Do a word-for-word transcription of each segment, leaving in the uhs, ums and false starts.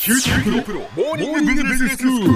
キューティープロモーニングビジネススクール。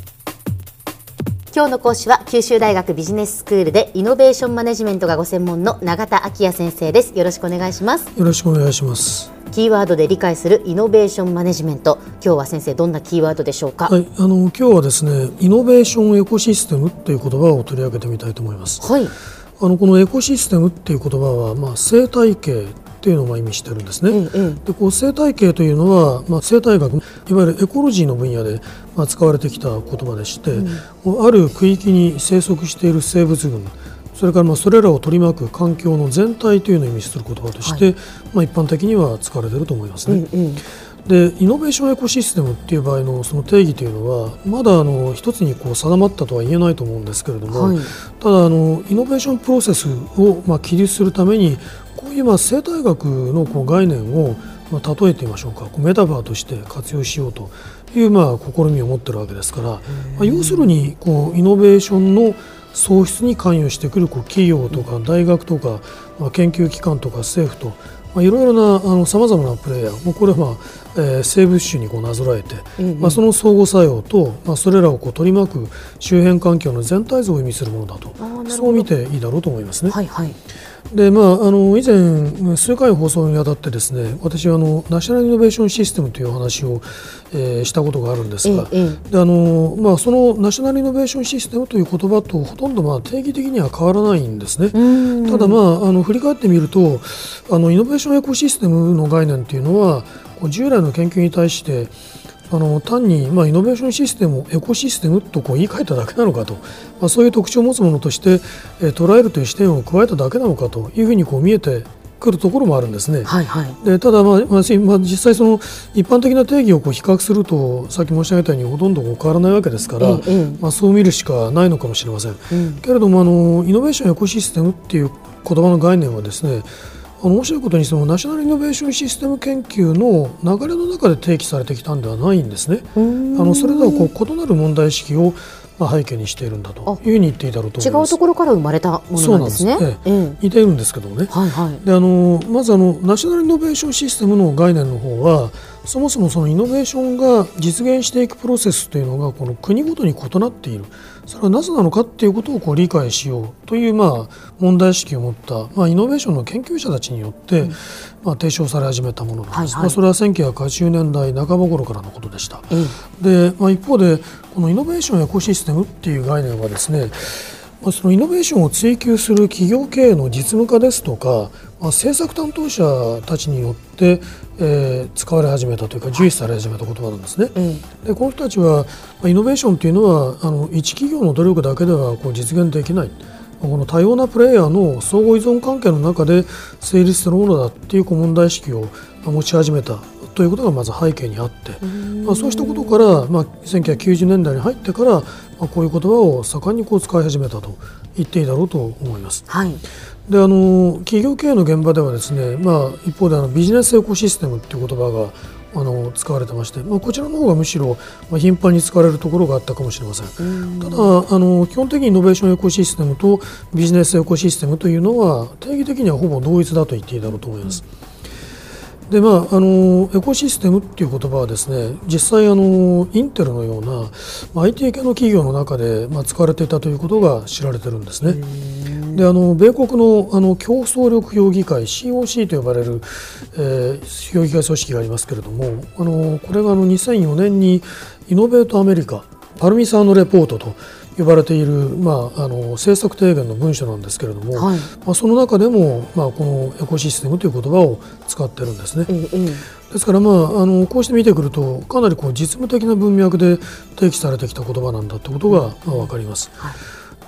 今日の講師は九州大学ビジネススクールでイノベーションマネジメントがご専門の永田昭也先生です。よろしくお願いします。 よろしくお願いします。 キーワードで理解するイノベーションマネジメント、今日は先生どんなキーワードでしょうか。 はい、あの今日はですね、イノベーションエコシステムという言葉を取り上げてみたいと思います。 はい。あのこのエコシステムっていう言葉は、まあ、生態系っていうのを意味してるんですね。うんうん、でこう生態系というのは、まあ、生態学、いわゆるエコロジーの分野で、まあ、使われてきた言葉でして、うん、ある区域に生息している生物群、それからまあそれらを取り巻く環境の全体というのを意味する言葉として、はい、まあ、一般的には使われていると思いますね。うんうん、でイノベーションエコシステムっていう場合のその定義というのはまだあの一つにこう定まったとは言えないと思うんですけれども、はい、ただあのイノベーションプロセスをまあ記述するためにこういうまあ生態学のこう概念をまあ例えてみましょうか、こうメタファーとして活用しようというまあ試みを持っているわけですから、まあ、要するにこうイノベーションの創出に関与してくるこう企業とか大学とか、まあ、研究機関とか政府と、まあ、いろいろなさまざまなプレイヤー、もうこれは、まあえー、生物種にこうなぞらえて、うんうん、まあ、その相互作用と、まあ、それらをこう取り巻く周辺環境の全体像を意味するものだと、そう見ていいだろうと思いますね。はいはい。でまあ、あの以前数回放送にあたってですね、私はあのナショナルイノベーションシステムというお話を、えー、したことがあるんですが、ええ、であのまあ、そのナショナルイノベーションシステムという言葉とほとんどまあ定義的には変わらないんですね。ただ、まあ、あの振り返ってみるとあのイノベーションエコシステムの概念というのはこう従来の研究に対してあの単に、まあ、イノベーションシステムをエコシステムとこう言い換えただけなのかと、まあ、そういう特徴を持つものとして、えー、捉えるという視点を加えただけなのかというふうにこう見えてくるところもあるんですね。はいはい、でただ、まあまあ、実際その一般的な定義をこう比較するとさっき申し上げたようにほとんどこう変わらないわけですから、ええ、まあ、そう見るしかないのかもしれません。うん、けれどもあのイノベーションエコシステムっていう言葉の概念はですね、あの面白いことにそのナショナルイノベーションシステム研究の流れの中で提起されてきたんではないんですね。あのそれらはこう異なる問題意識をまあ背景にしているんだというふうに言っていいだろうと思います。 違うところから生まれたものなんですね。 そうなんです、ええ、似ているんですけどもね。はいはい、であのまずあのナショナルイノベーションシステムの概念の方はそもそもそのイノベーションが実現していくプロセスというのがこの国ごとに異なっている、それはなぜなのかということをこう理解しようというまあ問題意識を持った、まあ、イノベーションの研究者たちによって、うん、まあ、提唱され始めたものなんです。はいはい、まあ、それはせんきゅうひゃくはちじゅうねんだいなかば頃からのことでした。うん、でまあ、一方でこのイノベーションエコシステムっていう概念はですね、まあ、そのイノベーションを追求する企業経営の実務家ですとか、まあ、政策担当者たちによって、えー、使われ始めたというか重視され始めた言葉なんですね。うん、でこの人たちは、まあ、イノベーションというのはあの一企業の努力だけではこう実現できない、この多様なプレイヤーの相互依存関係の中で成立するものだというこう問題意識を持ち始めたということがまず背景にあって、まあ、そうしたことから、まあ、せんきゅうひゃくきゅうじゅうねんだいに入ってから、まあ、こういう言葉を盛んにこう使い始めたと言っていいだろうと思います。はい、であの企業経営の現場ではですね、まあ、一方であのビジネスエコシステムという言葉があの使われてまして、まあ、こちらの方がむしろ、まあ、頻繁に使われるところがあったかもしれません。ただあの基本的にイノベーションエコシステムとビジネスエコシステムというのは定義的にはほぼ同一だと言っていいだろうと思います。でまあ、あのエコシステムっていう言葉はですね、実際あのインテルのような、まあ、アイティー 系の企業の中で、まあ、使われていたということが知られているんですね。であの米国の、あの競争力評議会 シーオーシー と呼ばれる、えー、評議会組織がありますけれども、あのこれがあのにせんよねんにイノベートアメリカパルミサーノレポートと呼ばれている、まあ、あの政策提言の文書なんですけれども、はい、まあ、その中でも、まあ、このエコシステムという言葉を使っているんですね。うんうん、ですから、まあ、あのこうして見てくるとかなりこう実務的な文脈で提起されてきた言葉なんだということが、まあ、分かります。はい、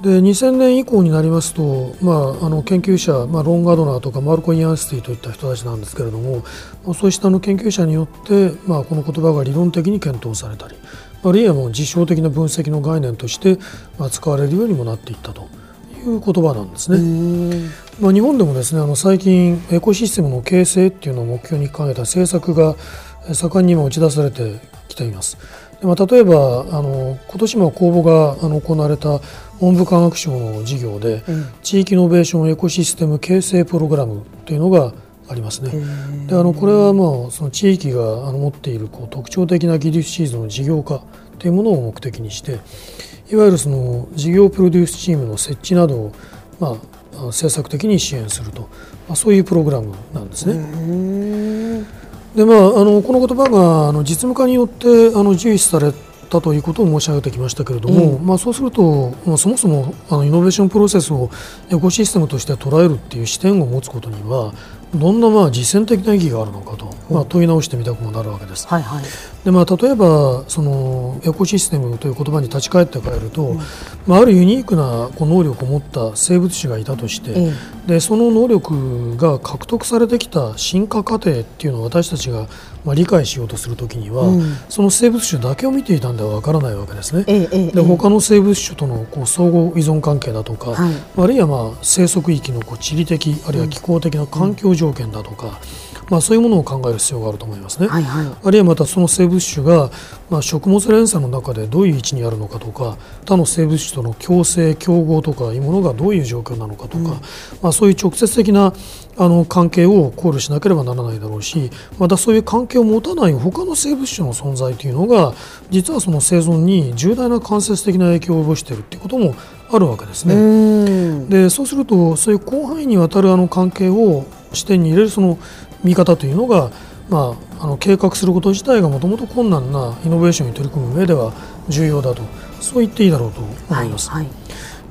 でにせんねん以降になりますと、まあ、あの研究者、まあ、ロン・ガドナーとかマルコ・イアンスティといった人たちなんですけれども、まあ、そうしたの研究者によって、まあ、この言葉が理論的に検討されたり、あるいはもう実証的な分析の概念として、まあ、使われるようにもなっていったという言葉なんですね。まあ、日本でもですね、あの最近エコシステムの形成っていうのを目標に掲げた政策が盛んに今打ち出されてきています。でまあ、例えばあの今年も公募があの行われた文部科学省の事業で、うん、地域イノベーションエコシステム形成プログラムというのがありますね。であのこれは、まあ、その地域があの持っているこう特徴的な技術シーズンの事業化というものを目的にして、いわゆるその事業プロデュースチームの設置などを、まあ、政策的に支援すると、まあ、そういうプログラムなんですね。でまあ、あのこの言葉があの実務化によってあの重視されたということを申し上げてきましたけれども、うんまあ、そうすると、まあ、そもそもあのイノベーションプロセスをエコシステムとして捉えるっていう視点を持つことにはどんなまあ実践的な意義があるのかと、まあ、問い直してみたくもなるわけです。はいはいでまあ、例えばそのエコシステムという言葉に立ち返って変えると、うんまあ、あるユニークなこう能力を持った生物種がいたとして、うん、でその能力が獲得されてきた進化過程っていうのを私たちがまあ理解しようとするときには、うん、その生物種だけを見ていたんではわからないわけですね。ええで他の生物種とのこう相互依存関係だとか、はい、あるいはまあ生息域のこう地理的あるいは気候的な環境条件だとか、うんまあ、そういうものを考える必要があると思いますね。はいはい、あるいはまたその生物種が、まあ、食物連鎖の中でどういう位置にあるのかとか、他の生物種との共生競合とかいうものがどういう状況なのかとか、うんまあ、そういう直接的なあの関係を考慮しなければならないだろうし、またそういう関係を持たない他の生物種の存在というのが実はその生存に重大な間接的な影響を及ぼしているということもあるわけですね。うんでそうするとそういう広範囲にわたるあの関係を視点に入れるその見方というのが、まあ、あの計画すること自体がもともと困難なイノベーションに取り組む上では重要だと、そう言っていいだろうと思います。はいはい、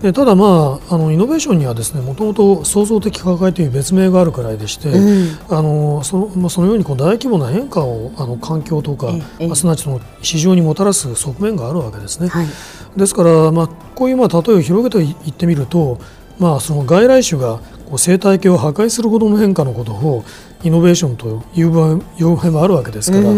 でただ、まあ、あのイノベーションにはですね、もともと創造的破壊という別名があるくらいでして、うん、あの そ, のまあ、そのようにこう大規模な変化をあの環境とか、まあ、すなわちその市場にもたらす側面があるわけですね。はい、ですから、まあ、こういうまあ例えを広げていってみると、まあ、その外来種がこう生態系を破壊するほどの変化のことをイノベーションという場合もあるわけですから、うん、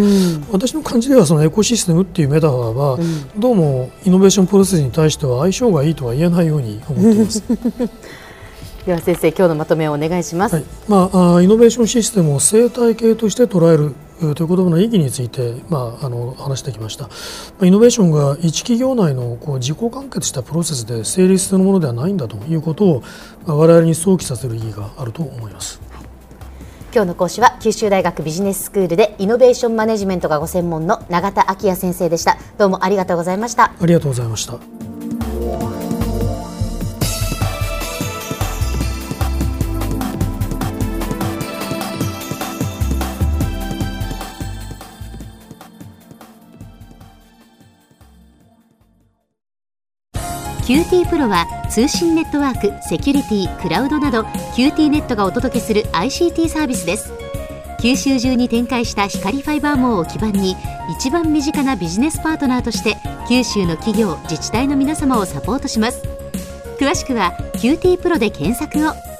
私の感じではそのエコシステムっていうメタファーは、うん、どうもイノベーションプロセスに対しては相性がいいとは言えないように思っていますでは先生、今日のまとめをお願いします。はいまあ、イノベーションシステムを生態系として捉えるという言葉の意義について、まあ、あの話してきました。イノベーションが一企業内のこう自己完結したプロセスで成立するものではないんだということを、まあ、我々に想起させる意義があると思います。 今日の講師は九州大学ビジネススクールでイノベーションマネジメントがご専門の永田昭也先生でした。どうもありがとうございました。 ありがとうございました。 キューティー プロは通信ネットワーク、セキュリティ、クラウドなど キューティー ネットがお届けする アイシーティー サービスです。九州中に展開した光ファイバー網を基盤に一番身近なビジネスパートナーとして九州の企業、自治体の皆様をサポートします。詳しくは キューティー プロで検索を。